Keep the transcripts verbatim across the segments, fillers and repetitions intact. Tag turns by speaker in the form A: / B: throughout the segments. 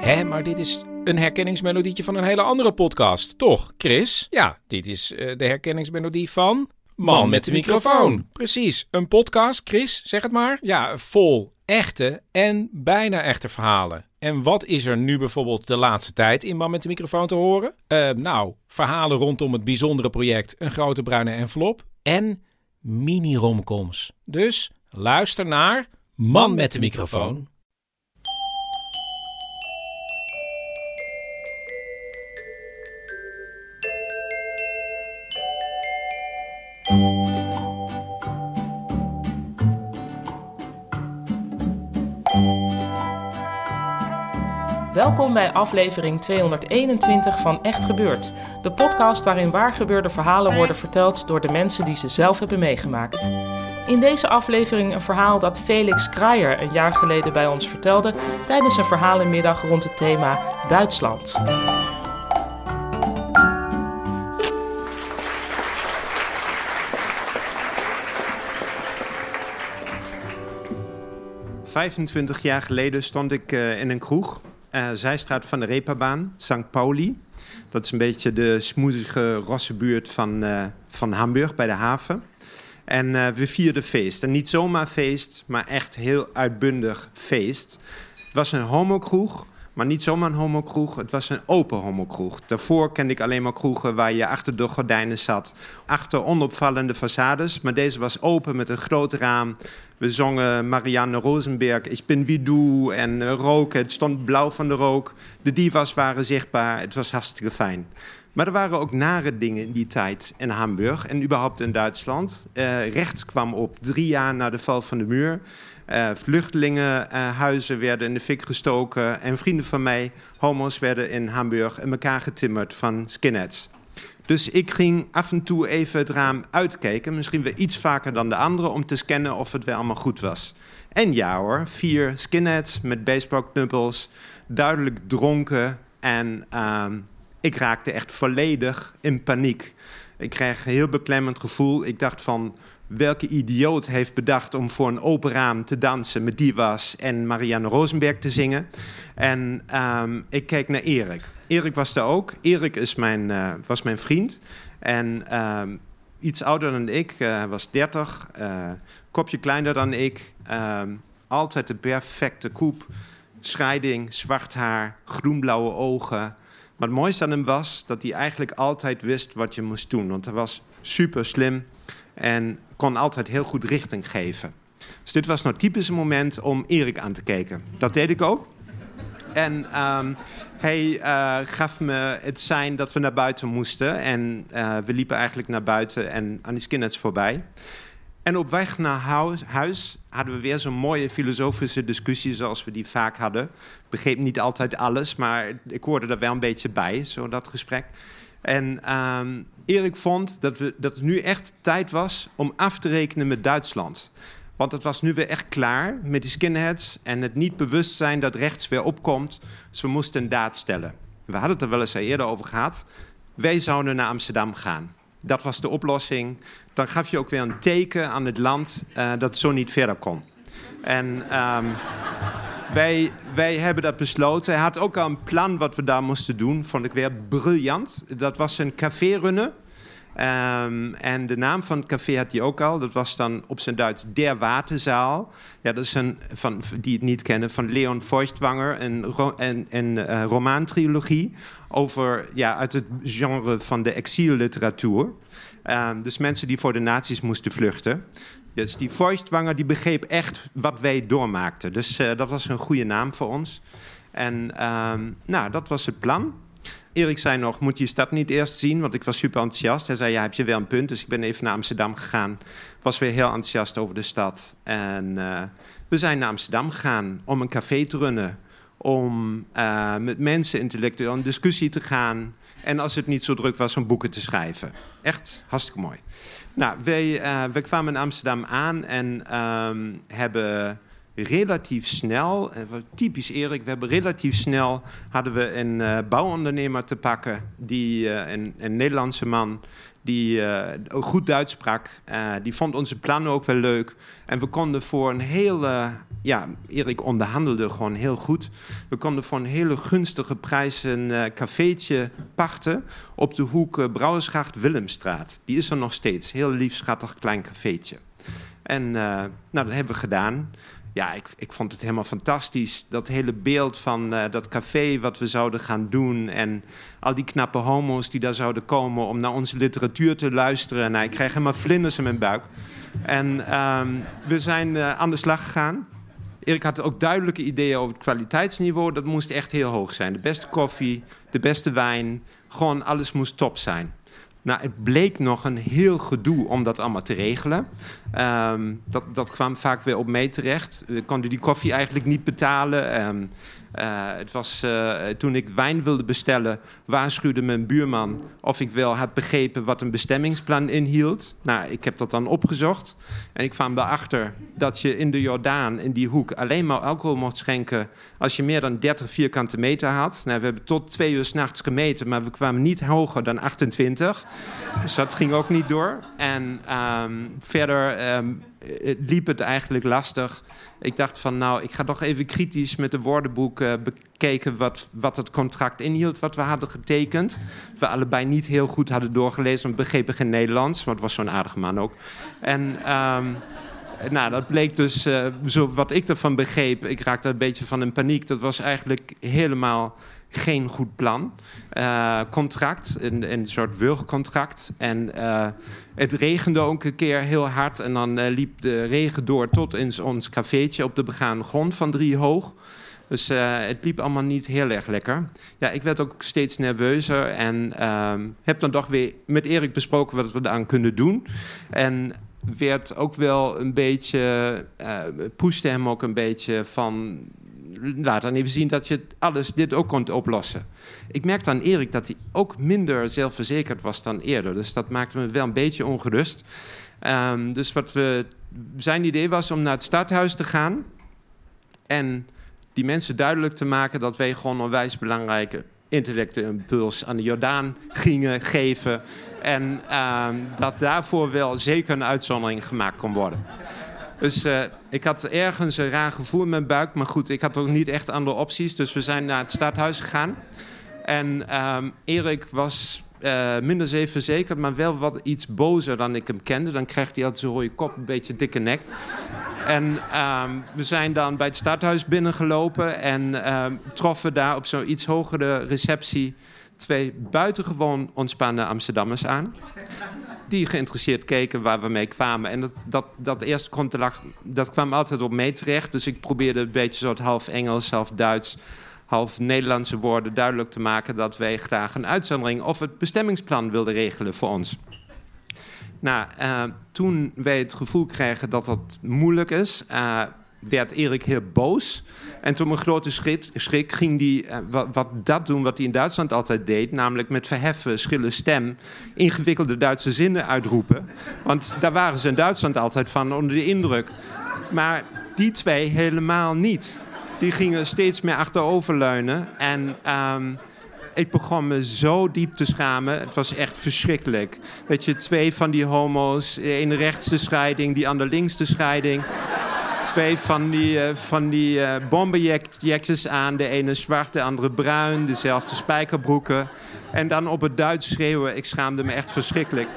A: Hé, maar dit is een herkenningsmelodietje van een hele andere podcast, toch, Chris? Ja, dit is uh, de herkenningsmelodie van Man met de microfoon. Precies, een podcast, Chris, zeg het maar. Ja, vol echte en bijna echte verhalen. En wat is er nu bijvoorbeeld de laatste tijd in Man met de microfoon te horen? Uh, nou, verhalen rondom het bijzondere project Een Grote Bruine Envelop en mini-romcoms. Dus luister naar Man met de microfoon.
B: Welkom bij aflevering tweehonderdeenentwintig van Echt Gebeurd. De podcast waarin waargebeurde verhalen worden verteld door de mensen die ze zelf hebben meegemaakt. In deze aflevering een verhaal dat Felix Kraaier een jaar geleden bij ons vertelde tijdens een verhalenmiddag rond het thema Duitsland.
C: vijfentwintig jaar geleden stond ik uh, in een kroeg. Uh, zijstraat van de Reeperbaan, Sankt Pauli. Dat is een beetje de smoezige, rosse buurt van, uh, van Hamburg, bij de haven. En uh, we vierden feest. En niet zomaar feest, maar echt heel uitbundig feest. Het was een homokroeg, maar niet zomaar een homokroeg. Het was een open homokroeg. Daarvoor kende ik alleen maar kroegen waar je achter de gordijnen zat. Achter onopvallende façades, maar deze was open met een groot raam. We zongen Marianne Rosenberg, Ik bin wie du, en uh, roken. Het stond blauw van de rook. De divas waren zichtbaar. Het was hartstikke fijn. Maar er waren ook nare dingen in die tijd in Hamburg en überhaupt in Duitsland. Uh, rechts kwam op drie jaar na de val van de muur. Uh, vluchtelingenhuizen uh, werden in de fik gestoken. En vrienden van mij, homo's, werden in Hamburg in elkaar getimmerd van skinheads. Dus ik ging af en toe even het raam uitkijken. Misschien wel iets vaker dan de anderen, om te scannen of het wel allemaal goed was. En ja hoor, vier skinheads met baseballknuppels, duidelijk dronken. En uh, ik raakte echt volledig in paniek. Ik kreeg een heel beklemmend gevoel. Ik dacht van, welke idioot heeft bedacht om voor een open raam te dansen met divas en Marianne Rosenberg te zingen. En um, ik keek naar Erik. Erik was daar ook. Erik is mijn, uh, was mijn vriend. En uh, iets ouder dan ik, uh, was dertig. Uh, kopje kleiner dan ik. Uh, altijd de perfecte koep. Scheiding, zwart haar, groenblauwe ogen. Maar het mooiste aan hem was dat hij eigenlijk altijd wist wat je moest doen. Want hij was super slim en kon altijd heel goed richting geven. Dus dit was nou typisch een moment om Erik aan te kijken. Dat deed ik ook. En um, hij uh, gaf me het sein dat we naar buiten moesten. En uh, we liepen eigenlijk naar buiten en aan die skinheads voorbij. En op weg naar huis, huis hadden we weer zo'n mooie filosofische discussie zoals we die vaak hadden. Ik begreep niet altijd alles, maar ik hoorde er wel een beetje bij, zo dat gesprek. En um, Erik vond dat, we, dat het nu echt tijd was om af te rekenen met Duitsland. Want het was nu weer echt klaar met die skinheads en het niet bewustzijn dat rechts weer opkomt. Dus we moesten een daad stellen. We hadden het er wel eens eerder over gehad. Wij zouden naar Amsterdam gaan. Dat was de oplossing. Dan gaf je ook weer een teken aan het land uh, dat het zo niet verder kon. En um, wij, wij hebben dat besloten. Hij had ook al een plan wat we daar moesten doen. Vond ik weer briljant. Dat was een café runnen. Um, en de naam van het café had hij ook al. Dat was dan op zijn Duits Der Waterzaal. Ja, dat is een, van, die het niet kennen, van Leon Feuchtwanger. Een, ro- een, een uh, romaantrilogie over, ja, uit het genre van de exielliteratuur. Um, dus mensen die voor de nazi's moesten vluchten. Dus die Feuchtwanger die begreep echt wat wij doormaakten. Dus uh, dat was een goede naam voor ons. En um, nou, dat was het plan. Erik zei nog, moet je je stad niet eerst zien? Want ik was super enthousiast. Hij zei, ja, heb je wel een punt? Dus ik ben even naar Amsterdam gegaan. Was weer heel enthousiast over de stad. En uh, we zijn naar Amsterdam gegaan om een café te runnen. Om uh, met mensen intellectueel in discussie te gaan. En als het niet zo druk was, om boeken te schrijven. Echt hartstikke mooi. Nou, wij, uh, wij kwamen in Amsterdam aan en um, hebben relatief snel, typisch Erik, we hebben relatief snel hadden we een uh, bouwondernemer te pakken, die, uh, een, een Nederlandse man, die uh, goed Duits sprak. Uh, die vond onze plannen ook wel leuk. En we konden voor een hele... Ja, Erik onderhandelde gewoon heel goed. We konden voor een hele gunstige prijs een uh, cafeetje pachten op de hoek uh, Brouwersgracht-Willemstraat. Die is er nog steeds. Heel lief, schattig, klein cafeetje. En uh, nou, dat hebben we gedaan. Ja, ik, ik vond het helemaal fantastisch. Dat hele beeld van uh, dat café wat we zouden gaan doen... en al die knappe homo's die daar zouden komen om naar onze literatuur te luisteren. Nou, ik kreeg helemaal vlinders in mijn buik. En um, we zijn uh, aan de slag gegaan. Erik had ook duidelijke ideeën over het kwaliteitsniveau. Dat moest echt heel hoog zijn. De beste koffie, de beste wijn. Gewoon alles moest top zijn. Nou, het bleek nog een heel gedoe om dat allemaal te regelen. Um, dat, dat kwam vaak weer op mee terecht. We konden die koffie eigenlijk niet betalen. Um, uh, het was, uh, toen ik wijn wilde bestellen, waarschuwde mijn buurman of ik wel had begrepen wat een bestemmingsplan inhield. Nou, ik heb dat dan opgezocht. En ik kwam erachter dat je in de Jordaan, in die hoek, alleen maar alcohol mocht schenken als je meer dan dertig vierkante meter had. Nou, we hebben tot twee uur 's nachts gemeten, maar we kwamen niet hoger dan achtentwintig. Dus dat ging ook niet door. En um, verder um, liep het eigenlijk lastig. Ik dacht van, nou, ik ga toch even kritisch met de woordenboek uh, bekeken wat, wat het contract inhield, wat we hadden getekend. We allebei niet heel goed hadden doorgelezen, want we begrepen geen Nederlands. Maar het was zo'n aardige man ook. En um, nou, dat bleek dus, uh, zo wat ik ervan begreep, ik raakte een beetje van in paniek. Dat was eigenlijk helemaal geen goed plan. Uh, contract, een, een soort wurgcontract. En uh, het regende ook een keer heel hard. En dan uh, liep de regen door tot in ons cafeetje op de begane grond van drie hoog. Dus uh, het liep allemaal niet heel erg lekker. Ja, ik werd ook steeds nerveuzer. En uh, heb dan toch weer met Erik besproken wat we daaraan kunnen doen. En werd ook wel een beetje... Uh, pushte hem ook een beetje van... Laat dan even zien dat je alles dit ook kon oplossen. Ik merkte aan Erik dat hij ook minder zelfverzekerd was dan eerder. Dus dat maakte me wel een beetje ongerust. Um, dus wat we, zijn idee was om naar het stadhuis te gaan. En die mensen duidelijk te maken dat wij gewoon een onwijs belangrijke intellectuele impuls aan de Jordaan gingen geven. En um, dat daarvoor wel zeker een uitzondering gemaakt kon worden. Dus uh, ik had ergens een raar gevoel in mijn buik. Maar goed, ik had ook niet echt andere opties. Dus we zijn naar het stadhuis gegaan. En um, Erik was uh, minder zelfverzekerd, maar wel wat iets bozer dan ik hem kende. Dan krijgt hij altijd zo'n rode kop, een beetje dikke nek. En um, we zijn dan bij het stadhuis binnengelopen. En um, troffen daar op zo'n iets hogere receptie twee buitengewoon ontspannen Amsterdammers aan. Die geïnteresseerd keken waar we mee kwamen. En dat, dat, dat eerste contact, dat kwam altijd op mee terecht. Dus ik probeerde een beetje soort half Engels, half Duits, half Nederlandse woorden duidelijk te maken dat wij graag een uitzondering of het bestemmingsplan wilden regelen voor ons. Nou, uh, toen wij het gevoel kregen dat dat moeilijk is, uh, werd Erik heel boos. En toen mijn grote schrik, schrik ging hij uh, wat, wat dat doen wat hij in Duitsland altijd deed, namelijk met verheffen, schrille stem ingewikkelde Duitse zinnen uitroepen. Want daar waren ze in Duitsland altijd van onder de indruk. Maar die twee helemaal niet. Die gingen steeds meer achteroverleunen. En um, ik begon me zo diep te schamen. Het was echt verschrikkelijk. Weet je, twee van die homo's. De ene rechts de scheiding, die andere links de scheiding. Twee van die, uh, van die uh, bomberjackjes aan. De ene zwart, de andere bruin. Dezelfde spijkerbroeken. En dan op het Duits schreeuwen. Ik schaamde me echt verschrikkelijk.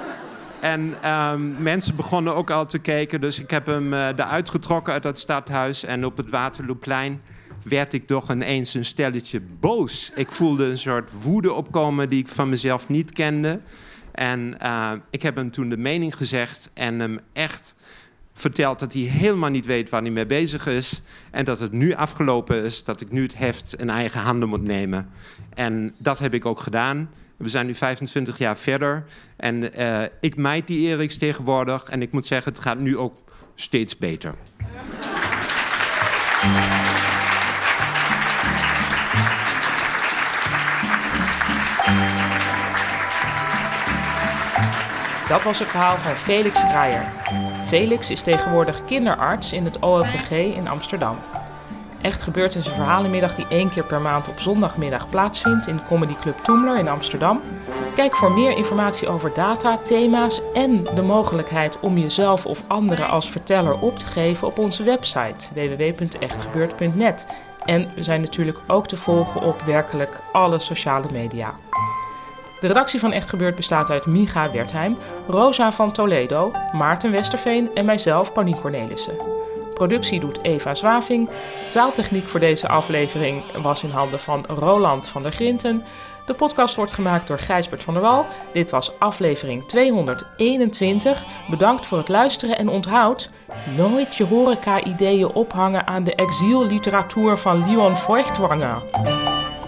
C: En um, mensen begonnen ook al te kijken. Dus ik heb hem uh, eruit getrokken uit dat stadhuis. En op het Waterlooplein werd ik toch ineens een stelletje boos. Ik voelde een soort woede opkomen die ik van mezelf niet kende. En uh, ik heb hem toen de mening gezegd en hem echt verteld dat hij helemaal niet weet waar hij mee bezig is. En dat het nu afgelopen is, dat ik nu het heft in eigen handen moet nemen. En dat heb ik ook gedaan. We zijn nu vijfentwintig jaar verder. En uh, ik mijd die Eriks tegenwoordig. En ik moet zeggen, het gaat nu ook steeds beter.
B: Dat was het verhaal van Felix Kraaier. Felix is tegenwoordig kinderarts in het O L V G in Amsterdam. Echt Gebeurd is een verhalenmiddag die één keer per maand op zondagmiddag plaatsvindt in de Comedy Club Toemler in Amsterdam. Kijk voor meer informatie over data, thema's en de mogelijkheid om jezelf of anderen als verteller op te geven op onze website w w w punt echt gebeurd punt net. En we zijn natuurlijk ook te volgen op werkelijk alle sociale media. De redactie van Echt Gebeurd bestaat uit Micha Wertheim, Rosa van Toledo, Maarten Westerveen en mijzelf, Paulien Cornelissen. Productie doet Eva Zwaving. Zaaltechniek voor deze aflevering was in handen van Roland van der Grinten. De podcast wordt gemaakt door Gijsbert van der Wal. Dit was aflevering tweehonderdeenentwintig. Bedankt voor het luisteren en onthoud: nooit je horeca-ideeën ophangen aan de exielliteratuur van Leon Feuchtwanger.